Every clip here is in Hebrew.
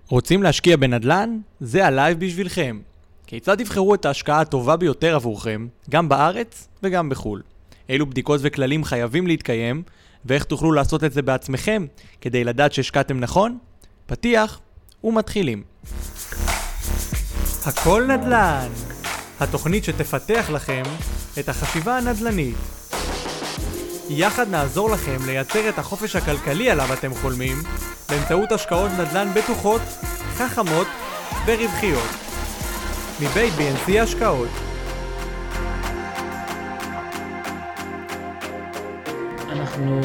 רוצים להשקיע בנדל"ן? זה הלייב בשבילכם. כיצד תבחרו את ההשקעה הטובה ביותר עבורכם, גם בארץ וגם בחול? אילו בדיקות וכללים חייבים להתקיים, ואיך תוכלו לעשות את זה בעצמכם כדי לדעת שהשקעתם נכון? פתיח ומתחילים. הכל נדל"ן, התוכנית שתפתח לכם את החשיבה הנדל"נית. יחד נעזור לכם לייצר את החופש הכלכלי עליו אתם חולמים, באמצעות השקעות נדל"ן בטוחות, חכמות ורווחיות. מבית BNC השקעות. אנחנו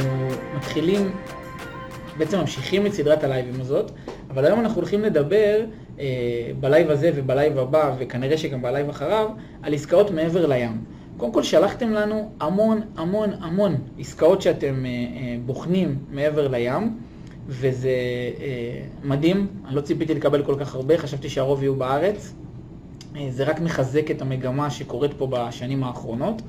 ממשיכים את סדרת הלייבים הזאת, אבל היום אנחנו הולכים לדבר בלייב הזה ובלייב הבא, וכנראה שגם בלייב אחריו, על עסקאות מעבר לים. קודם כל שלחתם לנו המון עסקאות שאתם בוחנים מעבר לים, וזה מדהים. אני לא ציפיתי לקבל כל כך הרבה, חשבתי שהרוב יהיו בארץ. זה רק מחזק את המגמה שקורית פה בשנים האחרונות,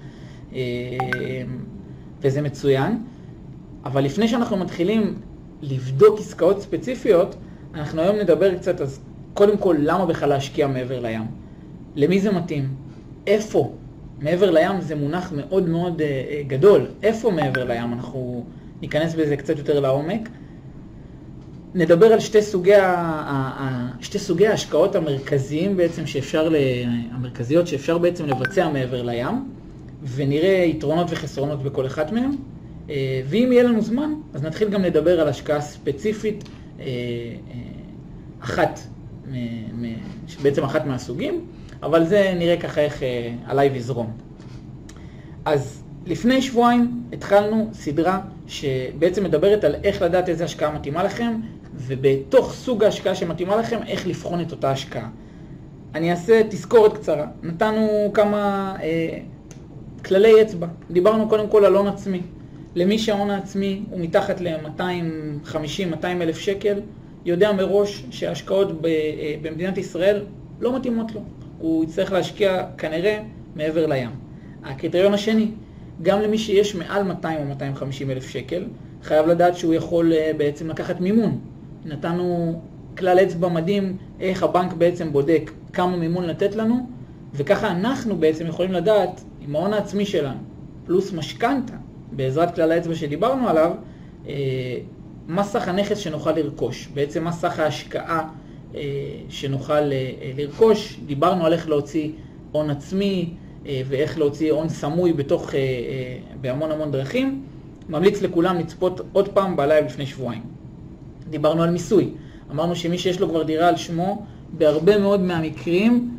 וזה מצוין. אבל לפני שאנחנו מתחילים לבדוק עסקאות ספציפיות, אנחנו היום נדבר קצת, אז קודם כל, למה בכלל להשקיע מעבר לים? למי זה מתאים? איפה? מעבר לים זה מונח מאוד מאוד גדול. איפה מעבר לים? אנחנו ניכנס בזה קצת יותר לעומק. נדבר על שתי סוגי ההשקעות המרכזיים בעצם המרכזיות שאפשר בעצם לבצע מעבר לים, ונראה יתרונות וחסרונות בכל אחת מהם. ואם יהיה לנו זמן, אז נתחיל גם לדבר על השקעה ספציפית בעצם אחת מהסוגים, אבל זה נראה ככה איך עליי יזרום. אז לפני שבועיים התחלנו סדרה שבעצם מדברת על איך לדעת איזה השקעה מתאימה לכם, ובתוך סוג ההשקעה שמתאימה לכם, איך לבחון את אותה השקעה. אני אעשה תזכורת קצרה. נתנו כמה כללי אצבע. דיברנו קודם כל על הון עצמי. למי שההון העצמי הוא מתחת ל-250-200 אלף שקל, יודע מראש שההשקעות במדינת ישראל לא מתאימות לו. הוא יצטרך להשקיע כנראה מעבר לים. הקריטריון השני, גם למי שיש מעל 200 או 250 אלף שקל, חייב לדעת שהוא יכול בעצם לקחת מימון. נתנו כלל אצבע מדהים איך הבנק בעצם בודק כמה מימון לתת לנו, וככה אנחנו בעצם יכולים לדעת עם ההון העצמי שלנו, פלוס משכנתה, בעזרת כלל האצבע שדיברנו עליו, מה סך הנכס שנוכל לרכוש. בעצם מה סך ההשקעה שנוכל לרכוש. דיברנו על איך להוציא הון עצמי ואיך להוציא הון סמוי בהמון דרכים. ממליץ לכולם לצפות עוד פעם בלייב לפני שבועיים. דיברנו על מיסוי. אמרנו שמי שיש לו כבר דירה על שמו, בהרבה מאוד מהמקרים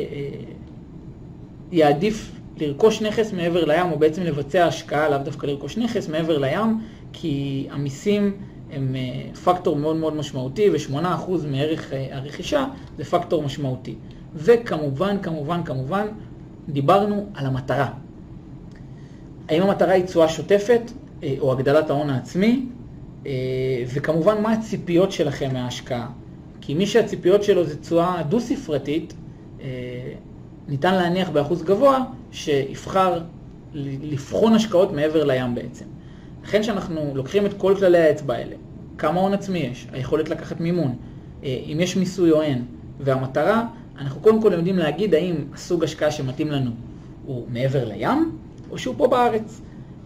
יעדיף לרכוש נכס מעבר לים, או בעצם לבצע השקעה, לאו דווקא לרכוש נכס מעבר לים, כי המיסים הם פקטור מאוד מאוד משמעותי, ו8% מערך הרכישה זה פקטור משמעותי. וכמובן, דיברנו על המטרה. האם המטרה היא תשואה שוטפת, או הגדלת ההון העצמי, וכמובן מה הציפיות שלכם מההשקעה. כי מי שהציפיות שלו זה תשואה דו-ספרתית, ניתן להניח באחוז גבוה שיבחר לבחון השקעות מעבר לים בעצם. לכן שאנחנו לוקחים את כל כללי האצבע האלה, כמה הון עצמי יש, היכולת לקחת מימון, אם יש מיסוי או אין, והמטרה, אנחנו קודם כל יודעים להגיד האם הסוג השקעה שמתאים לנו הוא מעבר לים, או שהוא פה בארץ.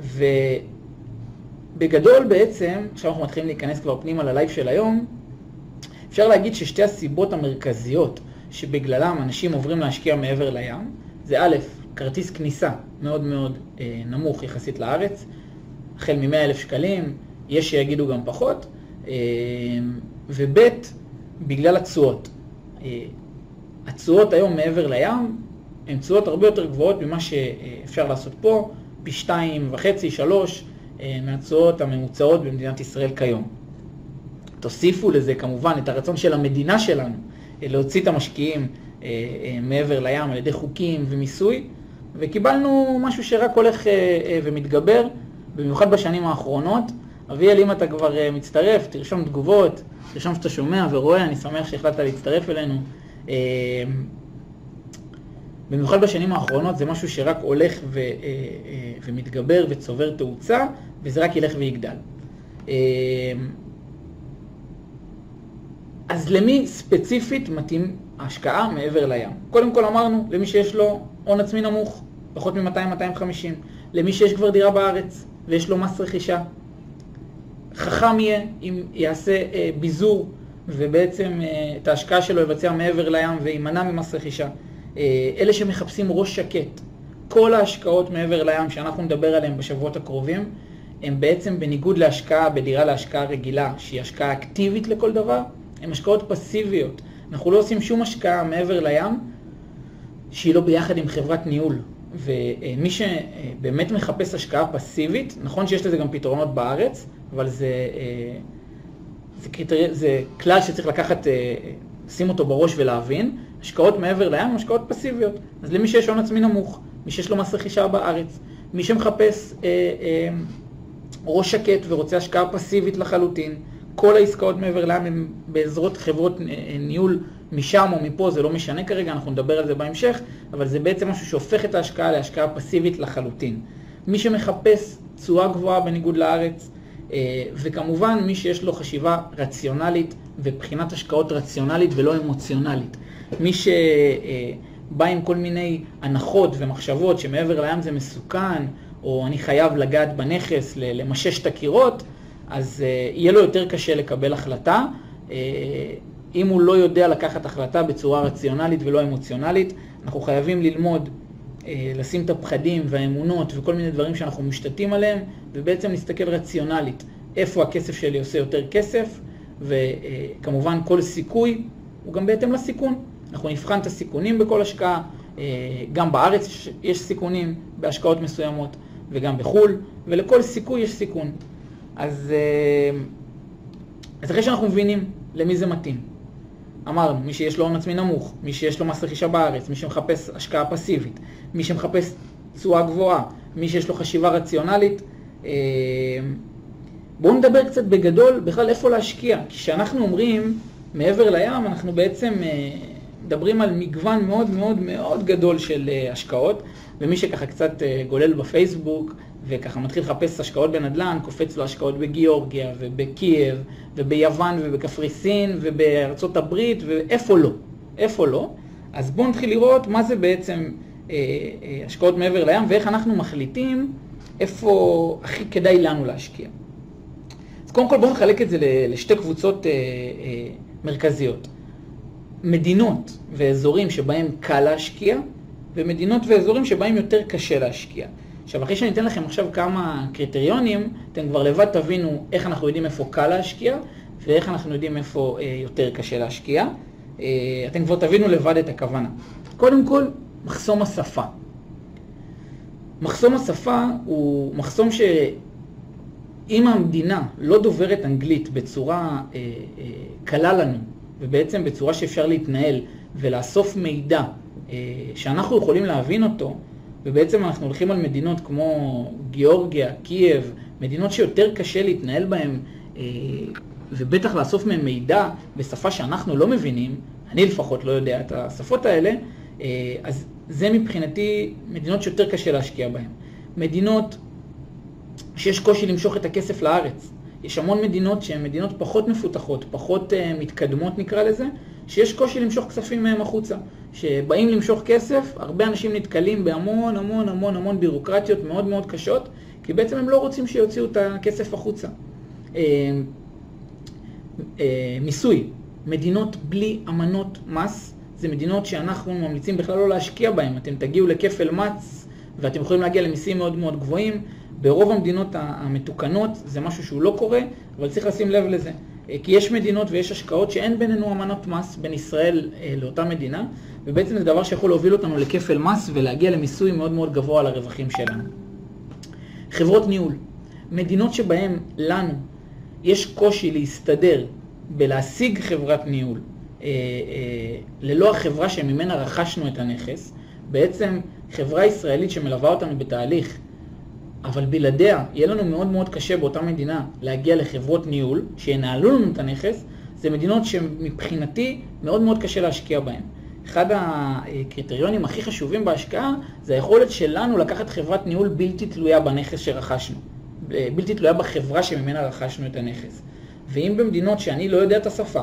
ובגדול בעצם, עכשיו אנחנו מתחילים להיכנס כבר פנימה ללייב של היום, אפשר להגיד ששתי הסיבות המרכזיות שבגללם אנשים עוברים להשקיע מעבר לים, זה א', כרטיס כניסה מאוד מאוד נמוך יחסית לארץ, החל מ100,000 שקלים, יש שיגידו גם פחות, וב', בגלל התשואות. התשואות היום מעבר לים הן תשואות הרבה יותר גבוהות ממה שאפשר לעשות פה, פי 2.5-3 מהתשואות הממוצעות במדינת ישראל כיום. תוסיפו לזה כמובן את הרצון של המדינה שלנו להוציא את המשקיעים מעבר לים על ידי חוקים ומיסוי, וקיבלנו משהו שרק הולך ומתגבר, במיוחד בשנים האחרונות. אביאל, אם אתה כבר מצטרף, תרשום תגובות, תרשום שאתה שומע ורואה, אני שמח שהחלטת להצטרף אלינו. במיוחד בשנים האחרונות זה משהו שרק הולך ומתגבר וצובר תאוצה, וזה רק ילך ויגדל. אז למי ספציפית מתאים ההשקעה מעבר לים? קודם כל אמרנו, למי שיש לו הון עצמי נמוך, פחות מ-200-250, למי שיש כבר דירה בארץ ויש לו מס רכישה. חכם יהיה אם יעשה ביזור ובעצם את ההשקעה שלו יבצע מעבר לים וימנע ממס רכישה. אלה שמחפשים ראש שקט, כל ההשקעות מעבר לים שאנחנו נדבר עליהן בשבועות הקרובים, הם בעצם בניגוד להשקעה בדירה להשקעה רגילה, שהיא השקעה אקטיבית לכל דבר, הן השקעות פסיביות. אנחנו לא עושים שום השקעה מעבר לים שהיא לא ביחד עם חברת ניהול. ומי שבאמת מחפש השקעה פסיבית, נכון שיש לזה גם פתרונות בארץ, אבל זה כלל שצריך לקחת, שים אותו בראש ולהבין, השקעות מעבר לים הן השקעות פסיביות. אז למי שיש הון עצמי נמוך, מי שיש לו מס רכישה בארץ, מי שמחפש ראש שקט ורוצה השקעה פסיבית לחלוטין, כל העסקאות מעבר לים הם בעזרות חברות ניהול משם או מפה, זה לא משנה כרגע, אנחנו נדבר על זה בהמשך, אבל זה בעצם משהו שהופך את ההשקעה להשקעה פסיבית לחלוטין. מי שמחפש תשואה גבוהה בניגוד לארץ, וכמובן מי שיש לו חשיבה רציונלית ובחינת השקעות רציונלית ולא אמוציונלית. מי שבא עם כל מיני הנחות ומחשבות שמעבר לים זה מסוכן, או אני חייב לגעת בנכס, למשש את הקירות, אז יהיה לו יותר קשה לקבל החלטה. אם הוא לא יודע לקחת החלטה בצורה רציונלית ולא אמוציונלית, אנחנו חייבים ללמוד, לשים את הפחדים והאמונות וכל מיני דברים שאנחנו משתתים עליהם, ובעצם להסתכל רציונלית, איפה הכסף שלי עושה יותר כסף, וכמובן כל סיכוי הוא גם בהתאם לסיכון. אנחנו נבחן את הסיכונים בכל השקעה, גם בארץ יש סיכונים בהשקעות מסוימות, וגם בחול, ולכל סיכוי יש סיכון. אז אחרי שאנחנו מבינים למי זה מתאים, אמרנו, מי שיש לו הון עצמי נמוך, מי שיש לו מס רכישה בארץ, מי שמחפש השקעה פסיבית, מי שמחפש תשואה גבוהה, מי שיש לו חשיבה רציונלית, בואו נדבר קצת בגדול בכלל איפה להשקיע. כי כשאנחנו אומרים מעבר לים, אנחנו בעצם מדברים על מגוון מאוד מאוד מאוד גדול של השקעות, ומי שככה קצת גולל בפייסבוק וככה מתחיל לחפש השקעות בנדל"ן, קופץ לו השקעות בגיאורגיה ובקייב וביוון ובקפריסין ובארצות הברית ואיפה לא, איפה לא. אז בואו נתחיל לראות מה זה בעצם השקעות מעבר לים ואיך אנחנו מחליטים איפה הכי כדאי לנו להשקיע. אז קודם כל בואו נחלק את זה לשתי קבוצות מרכזיות. מדינות ואזורים שבהם קל להשקיע, ומדינות ואזורים שבהם יותר קשה להשקיע. עכשיו, אחרי שאני אתן לכם עכשיו כמה קריטריונים, אתם כבר לבד תבינו איך אנחנו יודעים איפה קל להשקיע, ואיך אנחנו יודעים איפה יותר קשה להשקיע. אתם כבר תבינו לבד את הכוונה. קודם כל, מחסום השפה. מחסום השפה הוא מחסום שאם המדינה לא דוברת אנגלית בצורה קלה לנו, ובעצם בצורה שאפשר להתנהל ולאסוף מידע שאנחנו יכולים להבין אותו, ובעצם אנחנו הולכים על מדינות כמו גיאורגיה, קייב, מדינות שיותר קשה להתנהל בהן, ובטח לאסוף מהם מידע בשפה שאנחנו לא מבינים, אני לפחות לא יודע את השפות האלה, אז זה מבחינתי מדינות שיותר קשה להשקיע בהן. מדינות שיש קושי למשוך את הכסף לארץ. יש המון מדינות שהן מדינות פחות מפותחות, פחות מתקדמות נקרא לזה, שיש קושי למשוך כספים מהם החוצה. שבאים למשוך כסף, הרבה אנשים נתקלים בהמון המון המון המון בירוקרטיות מאוד מאוד קשות, כי בעצם הם לא רוצים שיוציאו את הכסף החוצה. מיסוי, מדינות בלי אמנות מס, זה מדינות שאנחנו ממליצים בכלל לא להשקיע בהן. אתם תגיעו לכפל מס ואתם יכולים להגיע למיסים מאוד מאוד גבוהים. ברוב המדינות המתוקנות זה משהו שהוא לא קורה, אבל צריך לשים לב לזה. כי יש מדינות ויש השקעות שאין בינינו אמנות מס בין ישראל לאותה מדינה, ובעצם זה דבר שיכול להוביל אותנו לכפל מס ולהגיע למיסוי מאוד מאוד גבוה על הרווחים שלנו. חברות ניהול. מדינות שבהן לנו יש קושי להסתדר בלהשיג חברת ניהול ללא החברה שממנה רכשנו את הנכס, בעצם חברה ישראלית שמלווה אותנו בתהליך, אבל בלעדיה יהיה לנו מאוד מאוד קשה באותה מדינה להגיע לחברות ניהול שינהלו לנו את הנכס, זה מדינות שמבחינתי מאוד מאוד קשה להשקיע בהן. אחד הקריטריונים הכי חשובים בהשקעה זה היכולת שלנו לקחת חברת ניהול בלתי תלויה בנכס שרכשנו, בלתי תלויה בחברה שממנה רכשנו את הנכס. ואם במדינות שאני לא יודע את השפה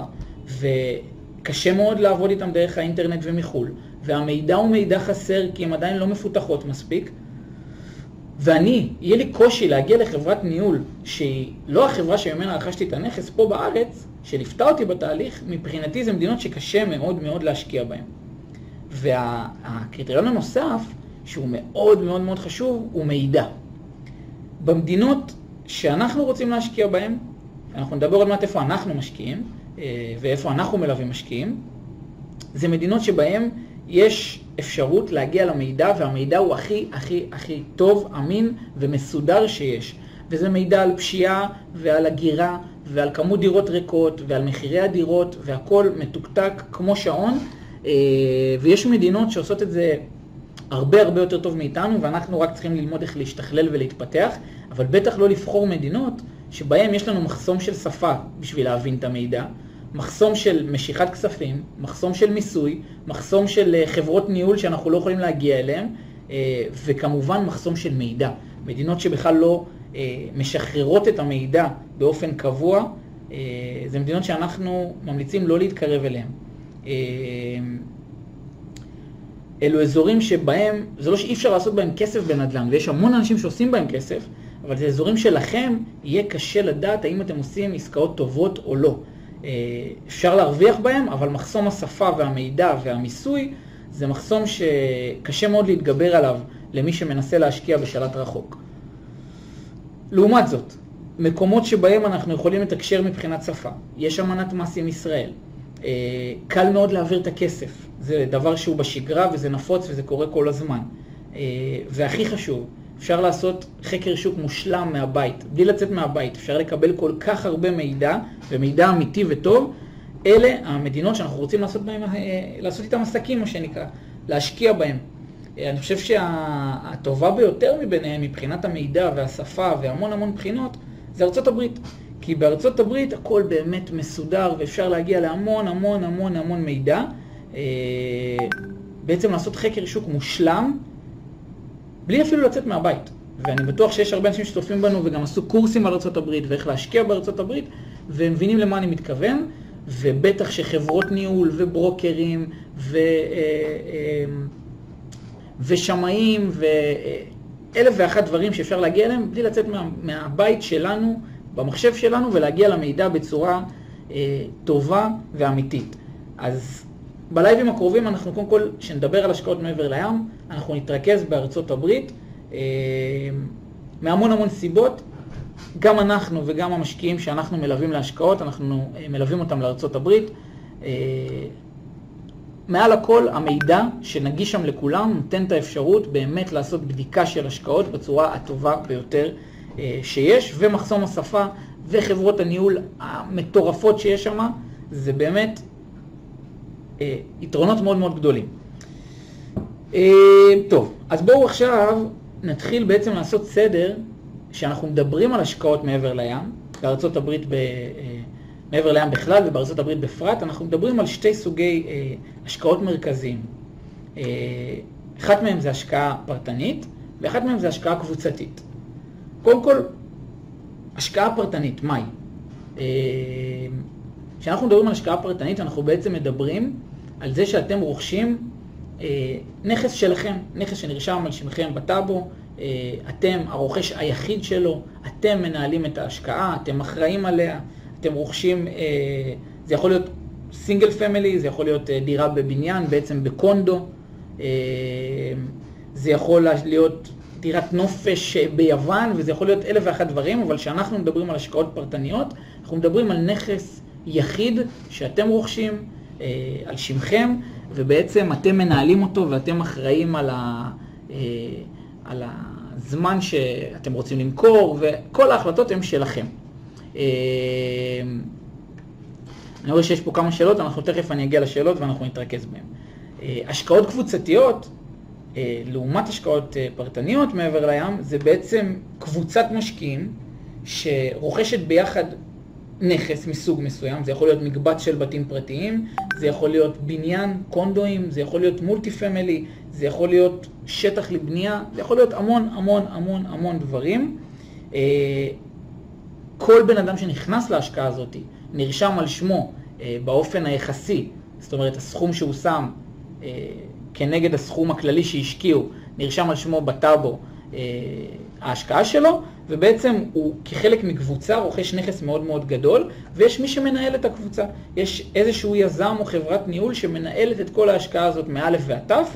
וקשה מאוד לעבוד איתם דרך האינטרנט ומחול, והמידע הוא מידע חסר כי הם עדיין לא מפותחות מספיק, יהיה לי קושי להגיע לחברת ניהול שהיא לא החברה שממנה רכשתי את הנכס פה בארץ, שליפתה אותי בתהליך, מבחינתי זה מדינות שקשה מאוד מאוד להשקיע בהן. והקריטריון הנוסף, שהוא מאוד מאוד מאוד חשוב, הוא מידע. במדינות שאנחנו רוצים להשקיע בהן, אנחנו נדבר עוד מעט איפה אנחנו משקיעים, ואיפה אנחנו מלווים משקיעים, זה מדינות שבהן יש אפשרות להגיע למידע, והמידע הוא הכי טוב, אמין ומסודר שיש. וזה מידע על פשיעה ועל הגירה ועל כמות דירות ריקות ועל מחירי הדירות, והכל מתוקתק כמו שעון. ויש מדינות שעושות את זה הרבה יותר טוב מאיתנו, ואנחנו רק צריכים ללמוד איך להשתכלל ולהתפתח, אבל בטח לא לבחור מדינות שבהם יש לנו מחסום של שפה בשביל להבין את המידע, מחסום של משיכת כספים, מחסום של מיסוי, מחסום של חברות ניהול שאנחנו לא יכולים להגיע אליהם, וכמובן מחסום של מידע. מדינות שבכלל לא משחררות את המידע באופן קבוע, זה מדינות שאנחנו ממליצים לא להתקרב אליהם. אלו אזורים שבהם, זה לא שאי אפשר לעשות בהם כסף בנדל"ן, ויש המון אנשים שעושים בהם כסף, אבל זה אזורים שלכם יהיה קשה לדעת האם אתם עושים עסקאות טובות או לא. אפשר להרוויח בהם, אבל מחסום השפה והמידע והמיסוי זה מחסום שקשה מאוד להתגבר עליו למי שמנסה להשקיע בשלט רחוק. לעומת זאת, מקומות שבהם אנחנו יכולים לתקשר מבחינת שפה, יש אמנת מס עם ישראל, קל מאוד להעביר את הכסף, זה דבר שהוא בשגרה וזה נפוץ וזה קורה כל הזמן. והכי חשוב, אפשר לעשות חקר שוק מושלם מהבית, בלי לצאת מהבית, אפשר לקבל כל כך הרבה מידע, ומידע אמיתי וטוב. אלה המדינות שאנחנו רוצים לעשות איתם עסקים, מה שנקרא, להשקיע בהם. אני חושב שהטובה ביותר מביניהם, מבחינת המידע והשפה והמון בחינות, זה ארצות הברית. כי בארצות הברית הכל באמת מסודר, ואפשר להגיע להמון מידע. בעצם לעשות חקר שוק מושלם, בלי אפילו לצאת מהבית. ואני בטוח שיש הרבה אנשים שצופים בנו וגם עשו קורסים על ארצות הברית ואיך להשקיע בארצות הברית, והם מבינים למה אני מתכוון, ובטח שחברות ניהול וברוקרים ושמאים ואלף ואחת דברים שאפשר להגיע אליהם, בלי לצאת מהבית שלנו, במחשב שלנו, ולהגיע למידע בצורה טובה ואמיתית. אז בלייבים הקרובים אנחנו קודם כל, שנדבר על השקעות מעבר לים, אנחנו נתרכז בארצות הברית, מהמון סיבות. גם אנחנו וגם המשקיעים שאנחנו מלווים להשקעות, אנחנו מלווים אותם לארצות הברית. מעל הכל, המידע שנגיש שם לכולם נותן את האפשרות באמת לעשות בדיקה של השקעות בצורה הטובה ביותר שיש, ומחסום השפה וחברות הניהול המטורפות שיש שם, זה באמת יתרונות מאוד גדולים. טוב, אז בואו עכשיו נתחיל בעצם לעשות סדר, שאנחנו מדברים על השקעות מעבר לים, בארצות הברית מעבר לים בכלל ובארצות הברית בפרט, אנחנו מדברים על שתי סוגי השקעות מרכזיים. אחת מהם זה השקעה פרטנית, ואחת מהם זה השקעה קבוצתית. קודם כל, השקעה פרטנית, מהי? כשאנחנו מדברים על השקעה פרטנית, אנחנו בעצם מדברים על זה שאתם רוכשים נכס שלכם, נכס שנרשם על שמכם בטאבו, אתם הרוכש היחיד שלו, אתם מנהלים את ההשקעה, אתם אחראים עליה, אתם רוכשים, זה יכול להיות סינגל פמילי, זה יכול להיות דירה בבניין, בעצם בקונדו, זה יכול להיות דירת נופש ביוון, וזה יכול להיות אלף ואחת דברים, אבל כשאנחנו מדברים על השקעות פרטניות, אנחנו מדברים על נכס יחיד שאתם רוכשים על שמכם, ובעצם אתם מנהלים אותו ואתם אחראים על הזמן שאתם רוצים למכור, וכל ההחלטות הן שלכם. אני רואה שיש פה כמה שאלות, תכף אני אגיע לשאלות ואנחנו נתרכז בהן. השקעות קבוצתיות, לעומת השקעות פרטניות מעבר לים, זה בעצם קבוצת משקיעים שרוכשת ביחד נכס מסוג מסוים. זה יכול להיות מקבץ של בתים פרטיים, זה יכול להיות בניין, קונדואים, זה יכול להיות מולטי פמילי, זה יכול להיות שטח לבנייה, זה יכול להיות המון דברים. כל בן אדם שנכנס להשקעה הזאת נרשם על שמו באופן היחסי, זאת אומרת הסכום שהוא שם כנגד הסכום הכללי שהשקיעו, נרשם על שמו בטאבו ההשקעה שלו, ובעצם הוא כחלק מקבוצה רוכש נכס מאוד מאוד גדול, ויש מי שמנהל את הקבוצה. יש איזשהו יזם או חברת ניהול שמנהלת את כל ההשקעה הזאת מאלף ועד תף.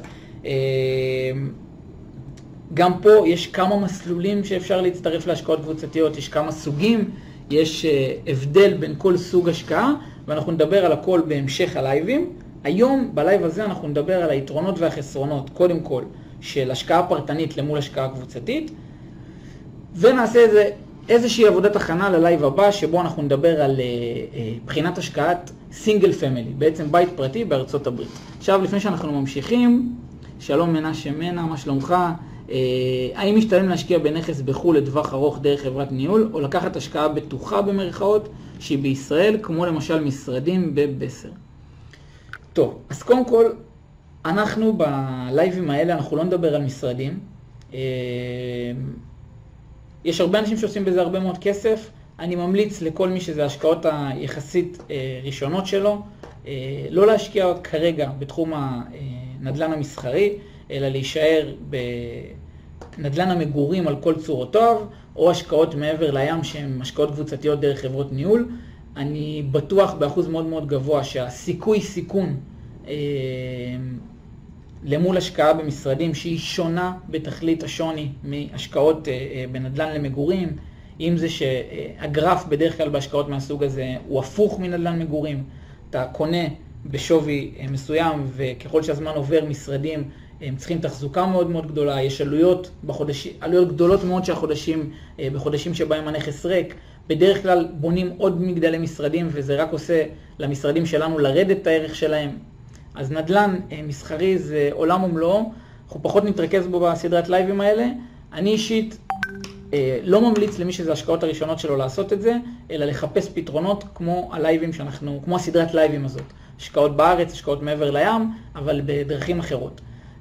גם פה יש כמה מסלולים שאפשר להצטרף להשקעות קבוצתיות, יש כמה סוגים, יש הבדל בין כל סוג השקעה, ואנחנו נדבר על הכל בהמשך הלייבים. היום בלייב הזה אנחנו נדבר על היתרונות והחסרונות, קודם כל, של השקעה פרטנית למול השקעה קבוצתית, ונעשה איזושהי עבודת הכנה ללייב הבא, שבו אנחנו נדבר על בחינת השקעת סינגל פמילי, בעצם בית פרטי בארצות הברית. עכשיו, לפני שאנחנו ממשיכים, שלום מנשה מנה, מה שלומך? האם משתלם להשקיע בנכס בחו"ל לטווח ארוך דרך חברת ניהול, או לקחת השקעה בטוחה במרכאות שהיא בישראל, כמו למשל משרדים בבסר? טוב, אז קודם כל, אנחנו בלייבים האלה, אנחנו לא נדבר על משרדים. יש הרבה אנשים שעושים בזה הרבה מאוד כסף. אני ממליץ לכל מי שזה השקעות היחסית ראשונות שלו, לא להשקיע כרגע בתחום הנדל"ן המסחרי, אלא להישאר בנדל"ן המגורים על כל צורותיו, או השקעות מעבר לים שהן השקעות קבוצתיות דרך חברות ניהול. אני בטוח באחוז מאוד מאוד גבוה שהסיכוי סיכון למול השקעה במשרדים שהיא שונה בתכלית השוני מהשקעות בנדל"ן למגורים, אם זה שהגרף בדרך כלל בהשקעות מהסוג הזה הוא הפוך מנדל"ן מגורים, אתה קונה בשווי מסוים וככל שהזמן עובר משרדים הם צריכים תחזוקה מאוד מאוד גדולה, יש עלויות גדולות מאוד בחודשים שבהם הנכס ריק, בדרך כלל בונים עוד מגדלי משרדים וזה רק עושה למשרדים שלנו לרדת את הערך שלהם. אז נדל"ן מסחרי זה עולם ומלואו, אנחנו פחות נתרכז בו בסדרת לייבים האלה. אני אישית לא ממליץ למי שזה השקעות הראשונות שלו לעשות את זה, אלא לחפש פתרונות כמו הלייבים כמו הסדרת לייבים הזאת. השקעות בארץ, השקעות מעבר לים, אבל בדרכים אחרות.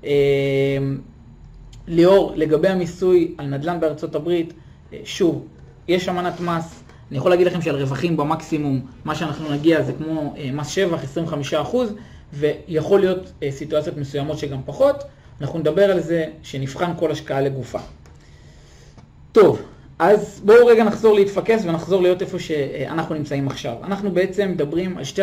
ליאור, לגבי המיסוי על נדל"ן בארצות הברית, שוב, יש אמנת מס, אני יכול להגיד לכם שעל רווחים במקסימום, מה שאנחנו נגיע זה כמו מס שבח, 25%, ויכול להיות סיטואציות מסוימות שגם פחות. אנחנו נדבר על זה שנבחן כל השקעה לגופה. טוב, אז בואו רגע נחזור להתפקס ונחזור להיות איפה שאנחנו נמצאים עכשיו. אנחנו בעצם מדברים על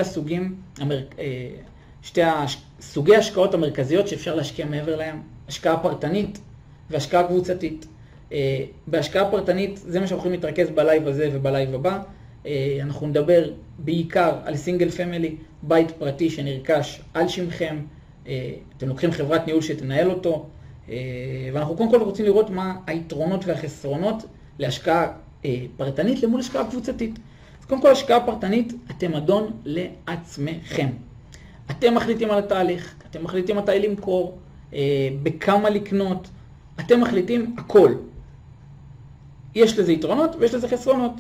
שתי סוגי השקעות המרכזיות שאפשר להשקיע מעבר להם, השקעה פרטנית והשקעה קבוצתית. בהשקעה פרטנית זה מה שאנחנו יכולים להתרכז בלייב הזה ובלייב הבא. אנחנו נדבר בעיקר על סינגל פמילי, בית פרטי שנרכש על שמכם, אתם לוקחים חברת ניהול שתנהל אותו, ואנחנו קודם כל רוצים לראות מה היתרונות והחסרונות להשקעה פרטנית למול השקעה קבוצתית. אז קודם כל השקעה פרטנית, אתם אדון לעצמכם. אתם מחליטים על התהליך, אתם מחליטים מתי למכור, בכמה לקנות, אתם מחליטים הכל. יש לזה יתרונות ויש לזה חסרונות.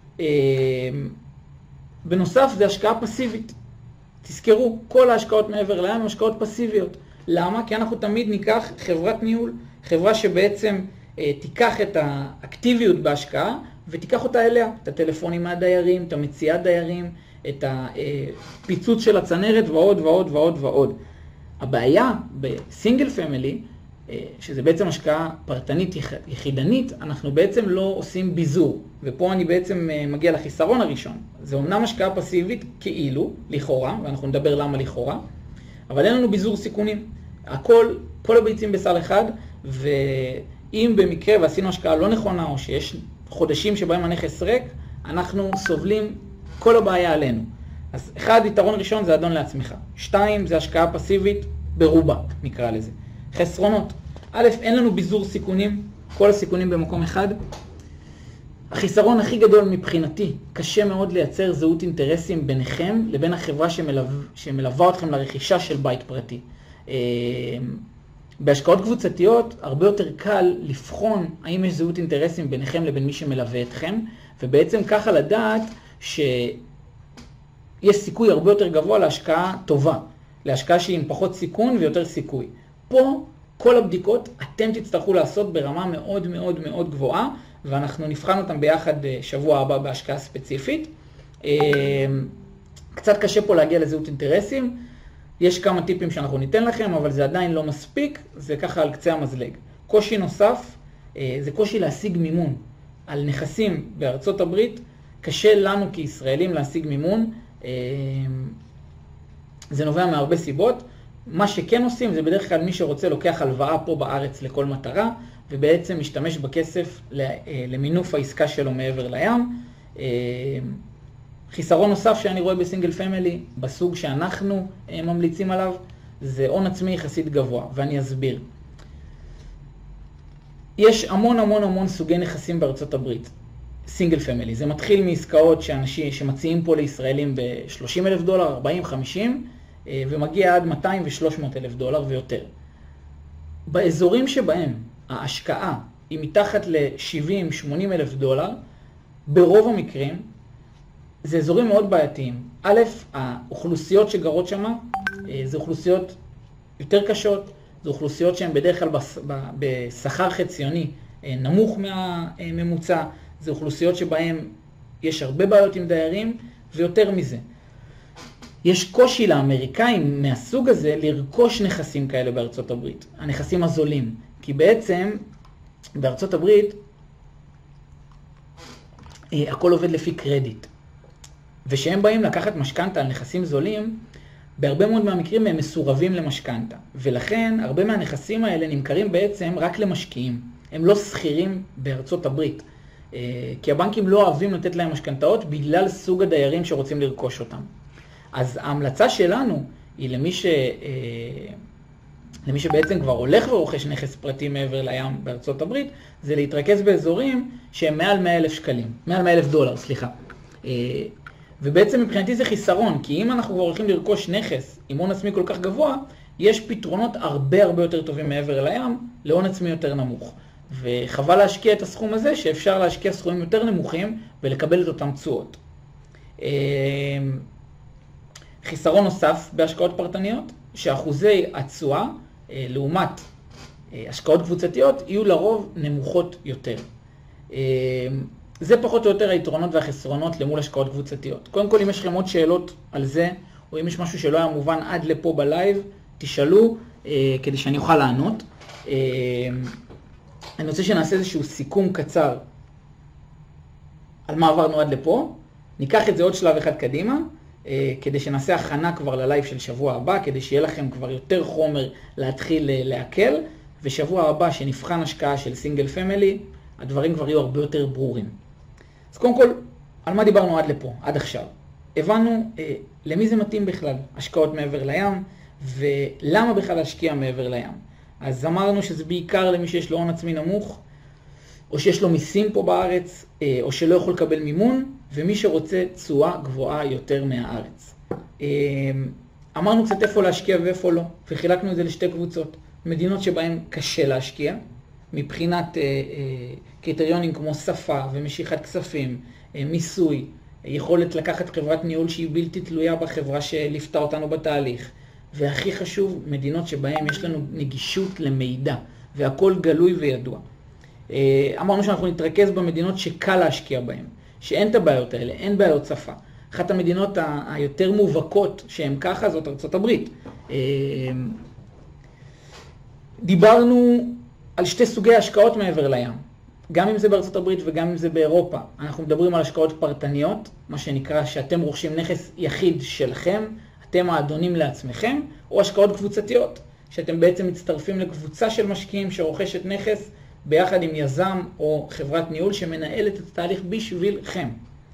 בנוסף זה השקעה פסיבית. תזכרו, כל ההשקעות מעבר לים הן השקעות פסיביות. למה? כי אנחנו תמיד ניקח חברת ניהול, חברה שבעצם תיקח את האקטיביות בהשקעה ותיקח אותה אליה, את הטלפונים מהדיירים, את המציאת דיירים, את הפיצוץ של הצנרת ועוד ועוד ועוד ועוד. הבעיה בסינגל פמילי, שזה בעצם השקעה פרטנית יחידנית, אנחנו בעצם לא עושים ביזור. ופה אני בעצם מגיע לחיסרון הראשון. זה אומנם השקעה פסיבית כאילו, לכאורה, ואנחנו נדבר למה לכאורה, אבל אין לנו ביזור סיכונים. כל הביצים בסל אחד, ואם במקרה ועשינו השקעה לא נכונה, או שיש חודשים שבהם הנכס ריק, אנחנו סובלים כל הבעיה עלינו. אז אחד, יתרון ראשון זה אדון לעצמך. 2, זה השקעה פסיבית ברובה, נקרא לזה. חסרונות. א', אין לנו ביזור סיכונים, כל הסיכונים במקום אחד. החיסרון הכי גדול מבחינתי, קשה מאוד לייצר זהות אינטרסים ביניכם לבין החברה שמלווה אתכם לרכישה של בית פרטי. בהשקעות קבוצתיות הרבה יותר קל לבחון האם יש זהות אינטרסים ביניכם לבין מי שמלווה אתכם, ובעצם ככה לדעת שיש סיכוי הרבה יותר גבוה להשקעה טובה, להשקעה שהיא עם פחות סיכון ויותר סיכוי. פה כל הבדיקות אתם תצטרכו לעשות ברמה מאוד מאוד מאוד גבוהה, ואנחנו נבחן אותם ביחד שבוע הבא בהשקעה ספציפית. קצת קשה פה להגיע לזהות אינטרסים, יש כמה טיפים שאנחנו ניתן לכם, אבל זה עדיין לא מספיק, זה ככה על קצה המזלג. קושי נוסף, זה קושי להשיג מימון. על נכסים בארצות הברית, קשה לנו כישראלים להשיג מימון, זה נובע מהרבה סיבות. מה שכן עושים זה בדרך כלל מי שרוצה לוקח הלוואה פה בארץ לכל מטרה, ובעצם משתמש בכסף למינוף העסקה שלו מעבר לים. חיסרון נוסף שאני רואה בסינגל פמילי, בסוג שאנחנו ממליצים עליו, זה הון עצמי יחסית גבוה, ואני אסביר. יש המון סוגי נכסים בארצות הברית, סינגל פמילי. זה מתחיל מעסקאות שאנשים שמציעים פה לישראלים ב$30,000, 40, 50, ומגיע עד 200 ו$300,000 ויותר. באזורים שבהם ההשקעה היא מתחת ל$70,000-80,000, ברוב המקרים, זה אזורים מאוד בעייתיים. א', האוכלוסיות שגרות שם, זה אוכלוסיות יותר קשות, זה אוכלוסיות שהן בדרך כלל בשכר חציוני נמוך מהממוצע, זה אוכלוסיות שבהן יש הרבה בעיות עם דיירים, ויותר מזה. יש קושי לאמריקאים מהסוג הזה לרכוש נכסים כאלה בארצות הברית, הנכסים הזולים, כי בעצם בארצות הברית הכל עובד לפי קרדיט. ושהם באים לקחת משכנתה על נכסים זולים, בהרבה מאוד מהמקרים הם מסורבים למשכנתה. ולכן הרבה מהנכסים האלה נמכרים בעצם רק למשקיעים. הם לא שכירים בארצות הברית. כי הבנקים לא אוהבים לתת להם משכנתאות בגלל סוג הדיירים שרוצים לרכוש אותם. אז ההמלצה שלנו היא למי שבעצם כבר הולך ורוכש נכס פרטי מעבר לים בארצות הברית, זה להתרכז באזורים שהם מעל $100,000, סליחה. ובעצם מבחינתי זה חיסרון, כי אם אנחנו כבר הולכים לרכוש נכס עם הון עצמי כל כך גבוה, יש פתרונות הרבה יותר טובים מעבר לים, להון עצמי יותר נמוך. וחבל להשקיע את הסכום הזה, שאפשר להשקיע סכומים יותר נמוכים ולקבל את אותם תשואות. חיסרון נוסף בהשקעות פרטניות, שאחוזי התשואה לעומת השקעות קבוצתיות יהיו לרוב נמוכות יותר. זה פחות או יותר היתרונות והחסרונות למול השקעות קבוצתיות. קודם כל, אם יש לכם עוד שאלות על זה, או אם יש משהו שלא היה מובן עד לפה בלייב, תשאלו כדי שאני אוכל לענות. אני רוצה שנעשה איזשהו סיכום קצר על מה עברנו עד לפה. ניקח את זה עוד שלב אחד קדימה, כדי שנעשה הכנה כבר ללייב של שבוע הבא, כדי שיהיה לכם כבר יותר חומר להתחיל להקל, ושבוע הבא שנבחן השקעה של סינגל פמילי, הדברים כבר יהיו הרבה יותר ברורים. אז קודם כל, על מה דיברנו עד לפה, עד עכשיו? הבנו למי זה מתאים בכלל, השקעות מעבר לים, ולמה בכלל להשקיע מעבר לים. אז אמרנו שזה בעיקר למי שיש לו הון עצמי נמוך, או שיש לו מיסים פה בארץ, או שלא יכול לקבל מימון, ומי שרוצה תשואה גבוהה יותר מהארץ. אמרנו קצת איפה להשקיע ואיפה לא, וחילקנו את זה לשתי קבוצות. מדינות שבהן קשה להשקיע, מבחינת קריטריונים כמו שפה ומשיכת כספים, מיסוי, יכולת לקחת חברת ניהול שהיא בלתי תלויה בחברה שליפתה אותנו בתהליך. והכי חשוב, מדינות שבהן יש לנו נגישות למידע, והכל גלוי וידוע. אמרנו שאנחנו נתרכז במדינות שקל להשקיע בהן, שאין את הבעיות האלה, אין בעיות שפה. אחת המדינות היותר מובהקות שהן ככה זאת ארצות הברית. דיברנו על שתי סוגי השקעות מעבר לים, גם אם זה בארצות הברית וגם אם זה באירופה. אנחנו מדברים על השקעות פרטניות, מה שנקרא שאתם רוכשים נכס יחיד שלכם, אתם האדונים לעצמכם, או השקעות קבוצתיות, שאתם בעצם מצטרפים לקבוצה של משקיעים שרוכשת נכס ביחד עם יזם או חברת ניהול שמנהלת את התהליך בשבילכם.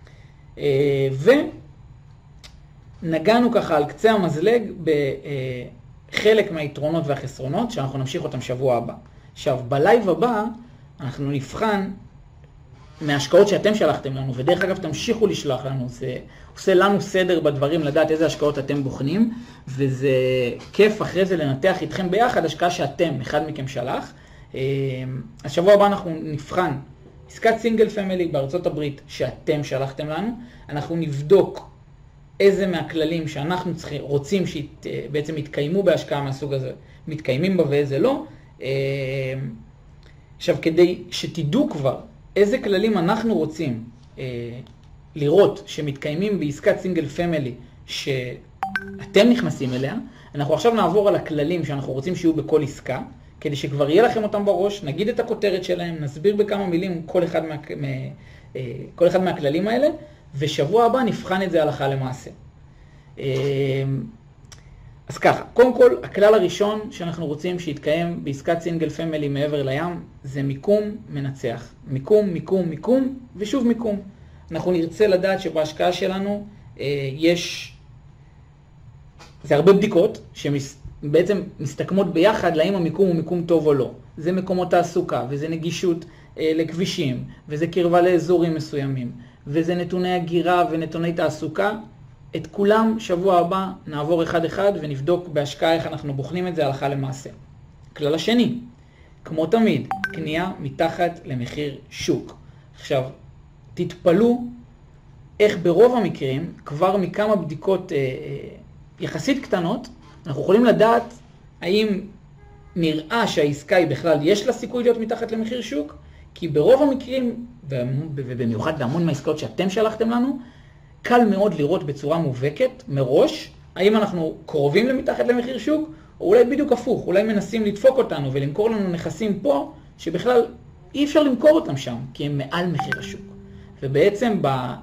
ונגענו ככה על קצה המזלג בחלק מהיתרונות והחסרונות, שאנחנו נמשיך אותם שבוע הבא. עכשיו, בלייב הבא אנחנו נבחן מההשקעות שאתם שלחתם לנו, ודרך אגב תמשיכו לשלוח לנו, זה עושה לנו סדר בדברים לדעת איזה השקעות אתם בוחנים, וזה כיף אחרי זה לנתח איתכם ביחד השקעה שאתם, אחד מכם שלח. אז שבוע הבא אנחנו נבחן עסקת סינגל פמילי בארצות הברית שאתם שלחתם לנו, אנחנו נבדוק איזה מהכללים שאנחנו רוצים שבעצם יתקיימו בהשקעה מהסוג הזה, מתקיימים בה ואיזה לא. עכשיו, כדי שתדעו כבר איזה כללים אנחנו רוצים לראות שמתקיימים בעסקת סינגל פמילי שאתם נכנסים אליה. אנחנו עכשיו נעבור על הכללים שאנחנו רוצים שיהיו בכל עסקה, כדי שכבר יהיה לכם אותם בראש, נגיד את הכותרת שלהם, נסביר בכמה מילים כל אחד מהכללים האלה, ושבוע הבא נבחן את זה הלכה למעשה. אז ככה, קודם כל, הכלל הראשון שאנחנו רוצים שיתקיים בעסקת סינגל פמילי מעבר לים, זה מיקום מנצח. מיקום, מיקום, מיקום, ושוב מיקום. אנחנו נרצה לדעת שבהשקעה שלנו זה הרבה בדיקות שבעצם מסתכמות ביחד לאם המיקום הוא מיקום טוב או לא. זה מקומות תעסוקה, וזה נגישות לכבישים, וזה קרבה לאזורים מסוימים, וזה נתוני הגירה ונתוני תעסוקה. את כולם שבוע הבא נעבור אחד אחד ונבדוק בהשקעה איך אנחנו בוחנים את זה הלכה למעשה. כלל השני, כמו תמיד, קנייה מתחת למחיר שוק. עכשיו, תתפלו איך ברוב המקרים, כבר מכמה בדיקות יחסית קטנות, אנחנו יכולים לדעת האם נראה שהעסקה היא בכלל יש לה סיכוי להיות מתחת למחיר שוק, כי ברוב המקרים, ובמיוחד בהמון מהעסקאות שאתם שלחתם לנו, קל מאוד לראות בצורה מובהקת מראש, האם אנחנו קרובים למתחת למחיר שוק, או אולי בדיוק הפוך, אולי מנסים לדפוק אותנו ולמכור לנו נכסים פה, שבכלל אי אפשר למכור אותם שם, כי הם מעל מחיר השוק. ובעצם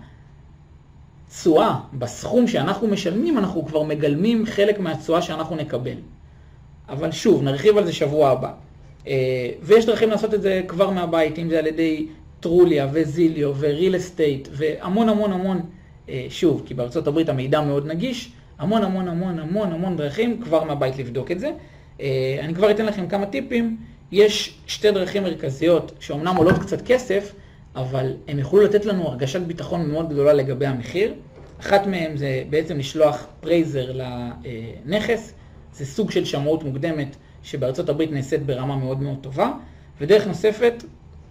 בתשואה, בסכום שאנחנו משלמים, אנחנו כבר מגלמים חלק מהתשואה שאנחנו נקבל. אבל שוב, נרחיב על זה שבוע הבא. ויש דרכים לעשות את זה כבר מהבית, אם זה על ידי טרוליה וזיליו וריל אסטייט והמון המון המון, שוב, כי בארצות הברית המידע מאוד נגיש, המון המון המון המון המון דרכים כבר מהבית לבדוק את זה. אני כבר אתן לכם כמה טיפים. יש שתי דרכים מרכזיות שאומנם עולות קצת כסף, אבל הם יכולו לתת לנו הרגשת ביטחון מאוד גדולה לגבי המחיר. אחת מהם זה בעצם לשלוח פרייזר לנכס, זה סוג של שמאות מוקדמת שבארצות הברית נעשית ברמה מאוד מאוד טובה. ודרך נוספת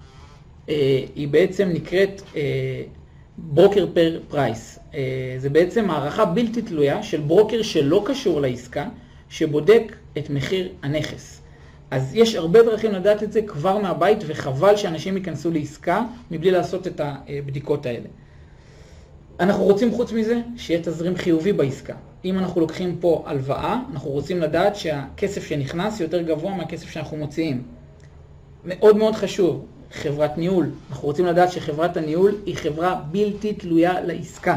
היא בעצם נקראת ברוקר פר פרייס. זה בעצם הערכה בלתי תלויה של ברוקר שלא קשור לעסקה, שבודק את מחיר הנכס. אז יש הרבה דרכים לדעת את זה כבר מהבית, וחבל שאנשים ייכנסו לעסקה מבלי לעשות את הבדיקות האלה. אנחנו רוצים חוץ מזה שיהיה תזרים חיובי בעסקה. אם אנחנו לוקחים פה הלוואה, אנחנו רוצים לדעת שהכסף שנכנס יותר גבוה מהכסף שאנחנו מוציאים. מאוד מאוד חשוב, חברת ניהול. אנחנו רוצים לדעת שחברת הניהול היא חברה בלתי תלויה לעסקה.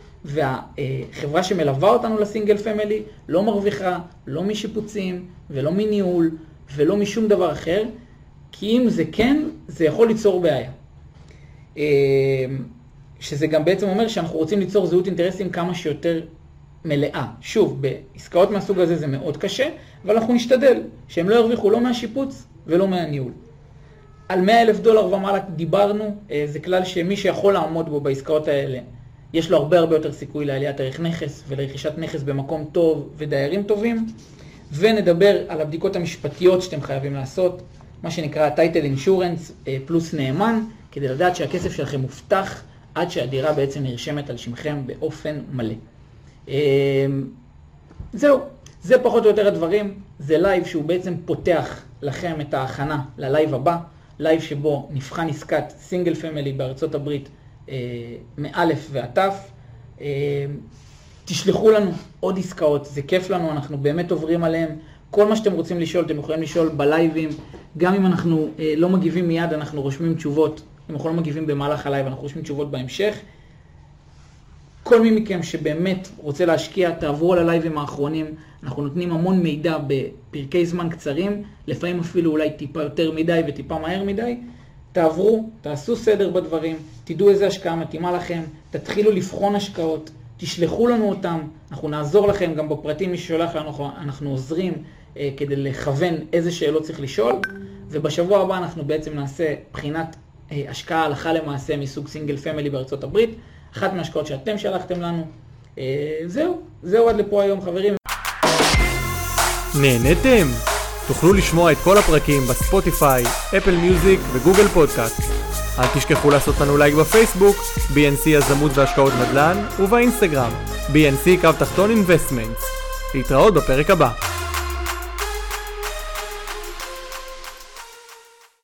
והחברה שמלווה אותנו לסינגל פמילי לא מרוויחה, לא משיפוצים ולא מניהול ולא משום דבר אחר, כי אם זה כן, זה יכול ליצור בעיה. שזה גם בעצם אומר שאנחנו רוצים ליצור זהות אינטרסים כמה שיותר מלאה. שוב, בעסקאות מהסוג הזה זה מאוד קשה, אבל אנחנו נשתדל שהם לא ירוויחו לא מהשיפוץ ולא מהניהול. על $100,000 ומעלה דיברנו, זה כלל שמי שיכול לעמוד בו בעסקאות האלה, יש לו הרבה יותר סיכוי לעליית ערך נכס ולרכישת נכס במקום טוב ודיירים טובים. ונדבר על הבדיקות המשפטיות שאתם חייבים לעשות, מה שנקרא Title Insurance פלוס נאמן, כדי לדעת שהכסף שלכם מובטח עד שהדירה בעצם נרשמת על שמכם באופן מלא. זהו, זה פחות או יותר הדברים. זה לייב שהוא בעצם פותח לכם את ההכנה ללייב הבא, לייב שבו נבחן עסקת סינגל פמילי בארצות הברית מאלף ועד תף. תשלחו לנו עוד עסקאות, זה כיף לנו, אנחנו באמת עוברים עליהם. כל מה שאתם רוצים לשאול, אתם יכולים לשאול בלייבים. גם אם אנחנו לא מגיבים מיד, אנחנו רושמים תשובות. אם אנחנו לא מגיבים במהלך הלייב, אנחנו רושמים תשובות בהמשך. כל מי מכם שבאמת רוצה להשקיע, תעברו על הלייבים האחרונים. אנחנו נותנים המון מידע בפרקי זמן קצרים, לפעמים אפילו אולי טיפה יותר מדי וטיפה מהר מדי. תעברו, תעשו סדר בדברים, תדעו איזה השקעה מתאימה לכם, תתחילו לבחון השקעות, תשלחו לנו אותם, אנחנו נעזור לכם גם בפרטים, מי ששולח לנו, אנחנו עוזרים כדי לכוון איזה שאלות צריך לשאול, ובשבוע הבא אנחנו בעצם נעשה בחינת השקעה הלכה למעשה מסוג סינגל פמילי בארצות הברית, אחת מהשקעות שאתם שלחתם לנו. זהו עד לפה היום חברים. נהנתם? תוכלו לשמוע את כל הפרקים בספוטיפיי, אפל מיוזיק וגוגל פודקאסט. אל תשכחו לעשות לנו לייק בפייסבוק, BNC יזמות והשקעות נדל"ן, ובאינסטגרם, BNC_Investments. להתראות בפרק הבא.